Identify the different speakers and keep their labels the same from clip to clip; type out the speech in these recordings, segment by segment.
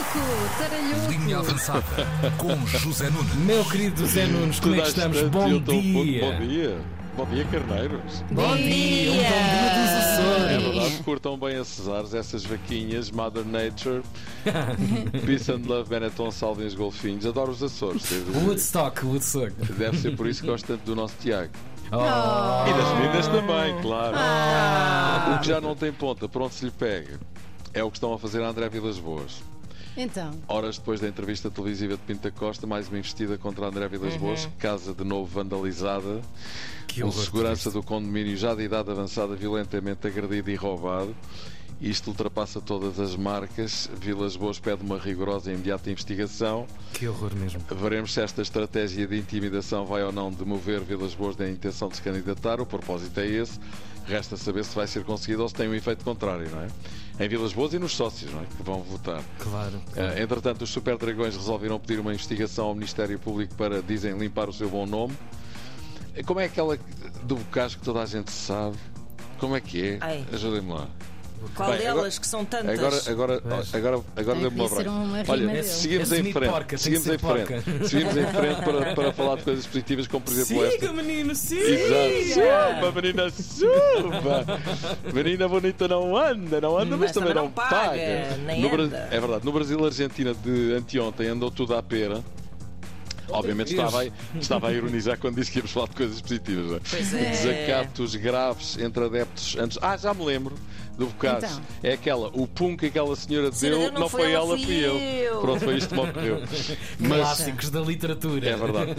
Speaker 1: Taralhoco.
Speaker 2: Linha avançada com José Nunes.
Speaker 3: Meu querido José Nunes, como é que estamos? Bom dia!
Speaker 4: Bom dia! Bom dia, carneiros!
Speaker 3: Bom dia! Um bom dia dos
Speaker 4: É
Speaker 3: Açores!
Speaker 4: verdade, curtam bem a Cesares, essas vaquinhas, Mother Nature, Peace and Love, Benetton, salvem os golfinhos. Adoro os Açores.
Speaker 3: Woodstock.
Speaker 4: Deve ser por isso que gosto tanto do nosso Tiago.
Speaker 3: Oh.
Speaker 4: E das meninas também, claro. O que já não tem ponta, por onde se lhe pega, é o que estão a fazer a André Vilas Boas.
Speaker 1: Então,
Speaker 4: Horas depois da entrevista televisiva de Pinto da Costa, mais uma investida contra André Vilas Boas, casa de novo vandalizada,
Speaker 3: Que
Speaker 4: um
Speaker 3: horror
Speaker 4: segurança
Speaker 3: triste.
Speaker 4: do condomínio já de idade avançada violentamente agredido e roubado. Isto ultrapassa todas as marcas. Vilas Boas pede uma rigorosa e imediata investigação.
Speaker 3: Que horror mesmo.
Speaker 4: Veremos se esta estratégia de intimidação vai ou não demover Vilas Boas da intenção de se candidatar. O propósito é esse. Resta saber se vai ser conseguido ou se tem um efeito contrário, não é? Em Vilas Boas e nos sócios, não é? Que vão votar.
Speaker 3: Claro.
Speaker 4: Entretanto, os Super Dragões resolveram pedir uma investigação ao Ministério Público para, dizem, limpar o seu bom nome. Como é aquela do Bocage que toda a gente sabe? Como é que é?
Speaker 5: Ai.
Speaker 4: Ajudem-me lá.
Speaker 5: Qual
Speaker 4: Bem,
Speaker 5: delas que são tantas?
Speaker 4: Agora deu-me uma
Speaker 1: Devia ser uma
Speaker 4: branca.
Speaker 1: rima
Speaker 4: Olha,
Speaker 1: dele.
Speaker 4: seguimos
Speaker 3: É
Speaker 4: em frente.
Speaker 3: semi-porca,
Speaker 4: Seguimos
Speaker 3: tem
Speaker 4: em
Speaker 3: que ser
Speaker 4: frente. Seguimos em frente para falar de coisas positivas, como por exemplo esta.
Speaker 3: Siga, menino, siga!
Speaker 4: Exato. Suba, menina, suba! Menina bonita não anda, mas
Speaker 5: Mas
Speaker 4: também não paga.
Speaker 5: nem
Speaker 4: No
Speaker 5: anda.
Speaker 4: É verdade, no Brasil-Argentina de anteontem andou tudo à pera. Obviamente estava a ironizar quando disse que íamos falar de coisas positivas. Não é?
Speaker 5: Pois é.
Speaker 4: Desacatos graves entre adeptos antes. Já me lembro do Bocage.
Speaker 1: Então.
Speaker 4: É aquela, o pum que aquela senhora deu, não foi ela, fui eu. Pronto, foi isto que me ocorreu. Mas
Speaker 3: Clássicos da literatura.
Speaker 4: é verdade.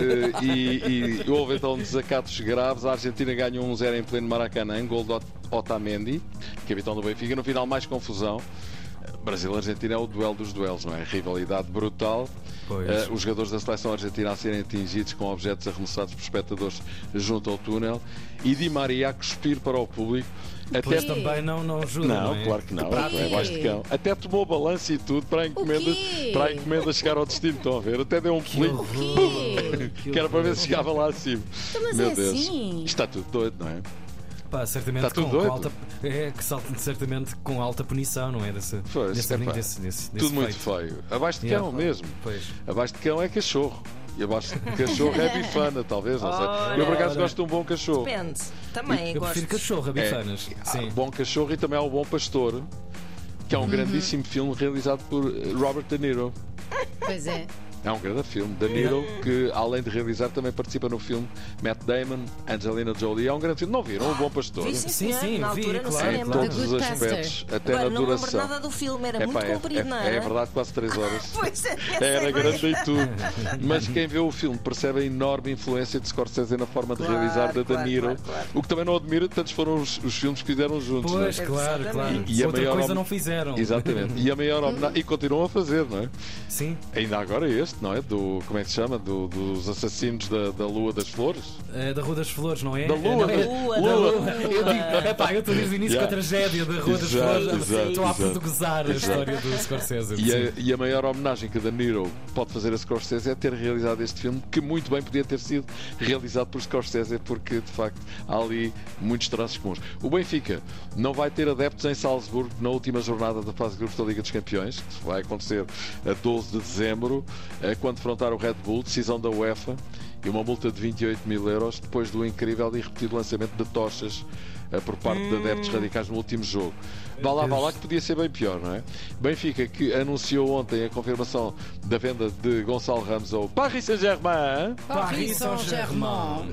Speaker 4: E houve então desacatos graves. A Argentina ganhou 1-0 em pleno Maracanã, gol de Otamendi, capitão do Benfica. No final, mais confusão. Brasil-Argentina é o duelo dos duelos, não é? Rivalidade brutal.
Speaker 3: Pois.
Speaker 4: Os jogadores da seleção argentina a serem atingidos com objetos arremessados por espectadores junto ao túnel. E Di Maria a cuspir para o público.
Speaker 3: Depois
Speaker 4: Até...
Speaker 3: também não ajuda.
Speaker 4: Não,
Speaker 3: é?
Speaker 4: claro que não.
Speaker 1: prática.
Speaker 4: É baixo de cão. Até tomou balanço e tudo para a
Speaker 1: quê?
Speaker 4: encomenda chegar ao destino. Estão a ver? Até deu um
Speaker 3: Que
Speaker 4: flick.
Speaker 3: horror.
Speaker 4: Que era para ver se chegava lá acima.
Speaker 1: Então, mas
Speaker 4: Meu
Speaker 1: é
Speaker 4: Deus.
Speaker 1: assim.
Speaker 4: Está tudo doido, não é?
Speaker 3: Pá, certamente
Speaker 4: Está tudo
Speaker 3: com
Speaker 4: doido.
Speaker 3: alta. É que certamente com alta punição, não é?
Speaker 4: Pois,
Speaker 3: Desse
Speaker 4: tudo muito
Speaker 3: feito.
Speaker 4: feio. Abaixo de
Speaker 3: Yeah.
Speaker 4: cão mesmo.
Speaker 3: Pois.
Speaker 4: Abaixo de cão é cachorro. E abaixo de cachorro é bifana, talvez, não sei. Eu por acaso
Speaker 3: Ora.
Speaker 4: gosto de um bom cachorro.
Speaker 5: Depende. Também
Speaker 3: Eu
Speaker 5: gosto.
Speaker 3: prefiro cachorro a bifanas.
Speaker 4: Há
Speaker 3: Sim.
Speaker 4: bom cachorro e também há o Bom Pastor, que é um grandíssimo filme realizado por Robert De Niro.
Speaker 1: Pois é.
Speaker 4: É um grande filme. De Niro, que além de realizar, também participa no filme Matt Damon, Angelina Jolie. É um grande filme. Não viram? O Bom Pastor?
Speaker 5: Vi,
Speaker 3: Sim,
Speaker 5: senhor,
Speaker 3: sim,
Speaker 5: na
Speaker 3: vi,
Speaker 5: altura no
Speaker 3: claro,
Speaker 4: Em
Speaker 5: cinema.
Speaker 3: claro.
Speaker 4: todos os
Speaker 1: Good
Speaker 4: aspectos, até
Speaker 5: Agora,
Speaker 4: na
Speaker 5: não me lembro
Speaker 4: duração.
Speaker 5: nada do filme, era
Speaker 4: Epá,
Speaker 5: muito comprido, não era?
Speaker 4: é verdade, quase 3 horas.
Speaker 5: Pois é,
Speaker 4: Era grande e tudo. Mas quem vê o filme percebe a enorme influência de Scorsese na forma de
Speaker 5: Claro,
Speaker 4: realizar de De
Speaker 5: claro,
Speaker 4: Niro.
Speaker 5: claro.
Speaker 4: O que também não admira, tantos foram os filmes que fizeram juntos. não é?
Speaker 3: Pois, claro, claro.
Speaker 4: E a
Speaker 3: Outra
Speaker 4: maior
Speaker 3: coisa
Speaker 4: hom-
Speaker 3: não fizeram.
Speaker 4: Exatamente. E a maior homenagem. E continuam a fazer, não é?
Speaker 3: Sim.
Speaker 4: Ainda agora este, não é? Como é que se chama? Dos assassinos da Lua das Flores?
Speaker 3: É da Rua das Flores, não é?
Speaker 4: Da Lua,
Speaker 3: Não, é-
Speaker 5: Lua,
Speaker 3: da
Speaker 5: Lua.
Speaker 3: Lua. Eu digo, epá, eu estou desde o início
Speaker 4: Yeah.
Speaker 3: com a tragédia da Rua das
Speaker 4: Exato,
Speaker 3: Flores.
Speaker 4: exato,
Speaker 3: Estou a
Speaker 4: exato.
Speaker 3: portuguesar a história do Scorsese. Sim.
Speaker 4: E a maior homenagem que a De Niro pode fazer a Scorsese é ter realizado este filme, que muito bem podia ter sido realizado por Scorsese, porque de facto há ali muitos traços comuns. O Benfica não vai ter adeptos em Salzburgo na última jornada da fase de grupos da Liga dos Campeões, que vai acontecer a 12 de dezembro, quando defrontar o Red Bull, decisão da UEFA, e uma multa de 28 mil euros depois do incrível e repetido lançamento de tochas por parte de adeptos radicais no último jogo. Vá lá que podia ser bem pior, não é? Benfica, que anunciou ontem a confirmação da venda de Gonçalo Ramos ao Paris Saint-Germain.
Speaker 3: Paris Saint-Germain.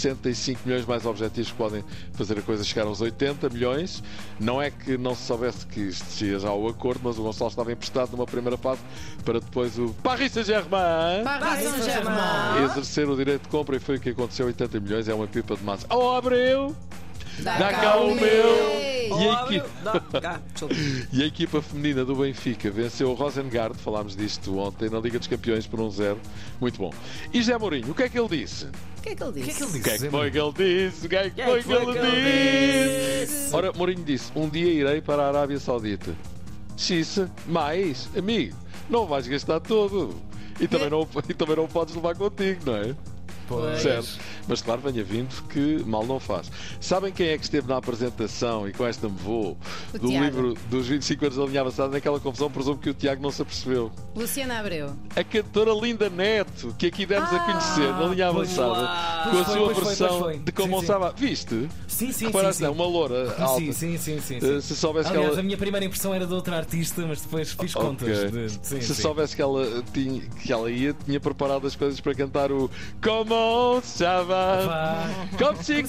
Speaker 4: 65 milhões mais objetivos que podem fazer a coisa chegar aos 80 milhões. Não é que não se soubesse que existia já o acordo, mas o Gonçalo estava emprestado numa primeira fase para depois o Paris Saint-Germain
Speaker 1: Paris Saint-Germain.
Speaker 4: exercer o direito de compra, e foi o que aconteceu. 80 milhões é uma pipa de massa. Oh, Abreu! Dá cá o meu! E a equipa feminina do Benfica venceu o Rosengard, falámos disto ontem, na Liga dos Campeões por 1-0. Muito bom. E José Mourinho, o que é que ele disse?
Speaker 1: O que é que ele disse?
Speaker 4: O que é que foi que ele disse? O que é que foi que ele disse? Ora, Mourinho disse: um dia irei para a Arábia Saudita. Xissa, mais, amigo, não vais gastar tudo. E também não o podes levar contigo, não é?
Speaker 3: Pois.
Speaker 4: Certo? Mas claro, venha vindo que mal não faz. Sabem quem é que esteve na apresentação e com esta me vou
Speaker 1: O
Speaker 4: do
Speaker 1: Tiago.
Speaker 4: livro dos 25 anos da linha avançada? Naquela confusão, presumo que o Tiago não se apercebeu.
Speaker 1: Luciana Abreu.
Speaker 4: A cantora Linda Neto, que aqui demos a conhecer na linha
Speaker 3: pois
Speaker 4: avançada,
Speaker 5: uau.
Speaker 4: com a
Speaker 3: Pois foi,
Speaker 4: sua
Speaker 3: pois foi,
Speaker 4: versão
Speaker 3: pois foi.
Speaker 4: de como
Speaker 3: Sim,
Speaker 4: estava. Viste?
Speaker 3: Sim.
Speaker 4: Reparaste, uma loura alta.
Speaker 3: Sim.
Speaker 4: Se soubesse que
Speaker 3: Aliás,
Speaker 4: ela.
Speaker 3: a minha primeira impressão era de outra artista, mas depois fiz contas.
Speaker 4: Ok.
Speaker 3: Sim,
Speaker 4: Se
Speaker 3: sim.
Speaker 4: soubesse que ela ia, tinha preparado as coisas para cantar o Como ça va?
Speaker 3: Vá.
Speaker 4: Como se.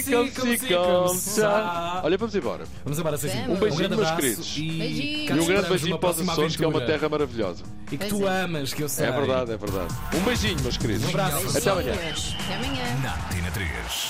Speaker 4: Olha, vamos embora.
Speaker 3: Vamos embora, Zezinho.
Speaker 1: Um
Speaker 4: beijinho,
Speaker 3: grande
Speaker 4: meus
Speaker 3: abraço
Speaker 4: queridos.
Speaker 3: E,
Speaker 1: Beijinho.
Speaker 3: cá
Speaker 4: E um
Speaker 3: te
Speaker 4: grande
Speaker 3: esperamos
Speaker 4: beijinho
Speaker 3: numa
Speaker 4: para os
Speaker 3: próxima
Speaker 4: Açores, que é uma
Speaker 3: aventura.
Speaker 4: terra maravilhosa.
Speaker 3: E que
Speaker 1: Pois
Speaker 3: tu
Speaker 1: é.
Speaker 3: amas, que eu sei.
Speaker 4: É verdade, é verdade. Um beijinho, meus queridos.
Speaker 3: Um abraço.
Speaker 4: Até amanhã.
Speaker 1: Até amanhã.
Speaker 2: Na Antena 3.